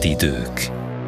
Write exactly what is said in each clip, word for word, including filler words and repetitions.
Trendidők.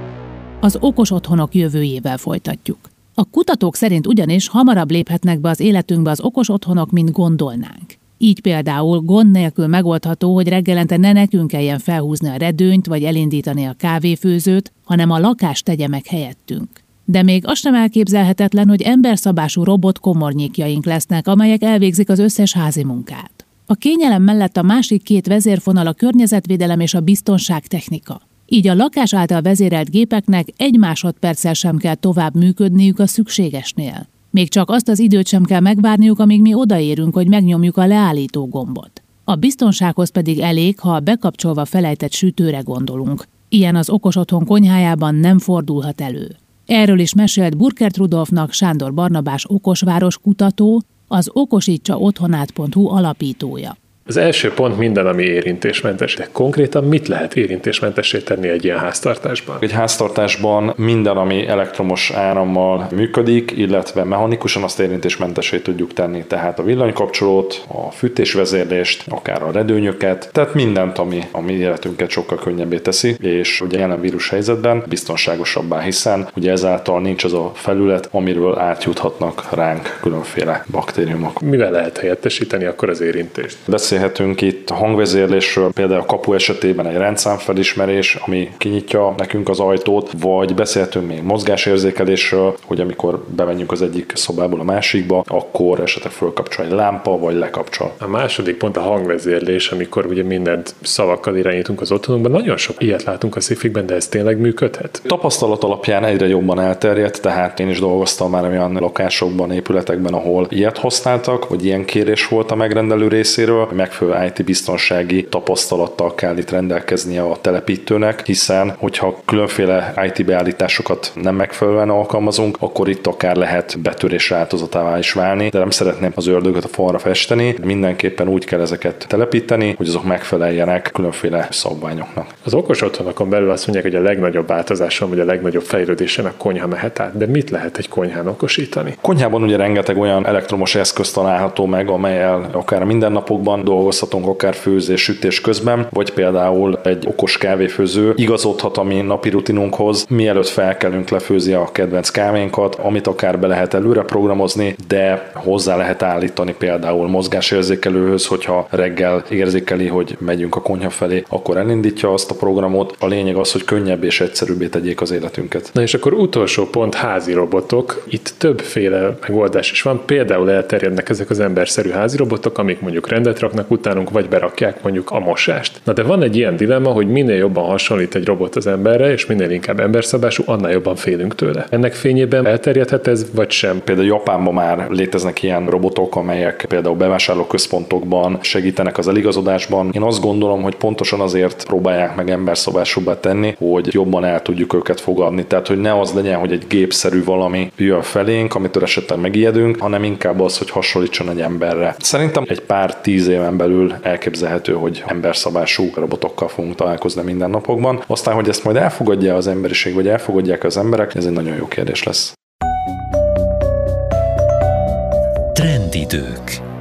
Az okos otthonok jövőjével folytatjuk. A kutatók szerint ugyanis hamarabb léphetnek be az életünkbe az okos otthonok, mint gondolnánk. Így például gond nélkül megoldható, hogy reggelente ne nekünk kelljen felhúzni a redőnyt vagy elindítani a kávéfőzőt, hanem a lakás tegye meg helyettünk. De még az sem elképzelhetetlen, hogy emberszabású robot komornyékjaink lesznek, amelyek elvégzik az összes házi munkát. A kényelem mellett a másik két vezérfonal a környezetvédelem és a biztonságtechnika. Így a lakás által vezérelt gépeknek egy másodperccel sem kell tovább működniük a szükségesnél. Még csak azt az időt sem kell megvárniuk, amíg mi odaérünk, hogy megnyomjuk a leállító gombot. A biztonsághoz pedig elég, ha a bekapcsolva felejtett sütőre gondolunk. Ilyen az okos otthon konyhájában nem fordulhat elő. Erről is mesélt Burkert Rudolfnak Sándor Barnabás okosváros kutató, az okosítsa otthonát pont hu alapítója. Az első pont minden, ami érintésmentes. De konkrétan mit lehet érintésmentessé tenni egy ilyen háztartásban? Egy háztartásban minden, ami elektromos árammal működik, illetve mechanikusan, azt érintésmentessé tudjuk tenni. Tehát a villanykapcsolót, a fűtésvezérlést, akár a redőnyöket, tehát mindent, ami a mi életünket sokkal könnyebbé teszi, és ugye jelen vírus helyzetben biztonságosabbá, hiszen ugye ezáltal nincs az a felület, amiről átjuthatnak ránk különféle baktériumok. Mivel lehet helyettesíteni akkor az érintést? Beszélhetünk itt a hangvezérlésről, például a kapu esetében egy rendszámfelismerés, ami kinyitja nekünk az ajtót, vagy beszélhetünk még mozgásérzékelésről, hogy amikor bemenjünk az egyik szobából a másikba, akkor esetleg fölkapcsol egy lámpa, vagy lekapcsol. A második pont a hangvezérlés, amikor ugye mindent szavakkal irányítunk az otthonunkban. Nagyon sok ilyet látunk a szifikben, de ez tényleg működhet? Tapasztalat alapján egyre jobban elterjedt, tehát én is dolgoztam már olyan lakásokban, épületekben, ahol ilyet használtak, vagy ilyen kérés volt a megrendelő részéről. Megfelelő í té biztonsági tapasztalattal kell itt rendelkeznie a telepítőnek, hiszen hogyha különféle í té beállításokat nem megfelelően alkalmazunk, akkor itt akár lehet betörés áltozatává is válni, de nem szeretném az ördögöt a falra festeni, mindenképpen úgy kell ezeket telepíteni, hogy azok megfeleljenek különféle szabványoknak. Az okos otthonokon belül azt mondják, hogy a legnagyobb változáson, vagy a legnagyobb fejlődésen a konyha mehet át, de mit lehet egy konyhán okosítani? Konyhában ugye rengeteg olyan elektromos eszköz található meg, amelyel akár a mindennapokban dolgozhatunk, akár főzés, sütés közben, vagy például egy okos kávéfőző igazodhat a mi napi rutinunkhoz, mielőtt felkelünk, lefőzi a kedvenc kávénkat, amit akár be lehet előre programozni, de hozzá lehet állítani például mozgásérzékelőhöz, hogyha reggel érzékeli, hogy megyünk a konyha felé, akkor elindítja azt a programot. A lényeg az, hogy könnyebb és egyszerűbbé tegyék az életünket. Na és akkor utolsó pont, házi robotok. Itt többféle megoldás is van. Például elterjednek ezek az emberszerű házi robotok, amik mondjuk rendet raknak utánunk, vagy berakják mondjuk a mosást. Na de van egy ilyen dilemma, hogy minél jobban hasonlít egy robot az emberre, és minél inkább emberszabású, annál jobban félünk tőle. Ennek fényében elterjedhet ez, vagy sem? Például Japánban már léteznek ilyen robotok, amelyek például bevásárlóközpontokban segítenek az eligazodásban. Én azt gondolom, hogy pontosan azért próbálják meg emberszabásúbbá tenni, hogy jobban el tudjuk őket fogadni. Tehát, hogy ne az legyen, hogy egy gépszerű valami jön felénk, amitől esetleg megijedünk, hanem inkább az, hogy hasonlítson egy emberre. Szerintem egy pár tíz éven belül elképzelhető, hogy emberszabású robotokkal fogunk találkozni mindennapokban. Aztán, hogy ezt majd elfogadja az emberiség, vagy elfogadják az emberek, ez egy nagyon jó kérdés lesz. Trendidők.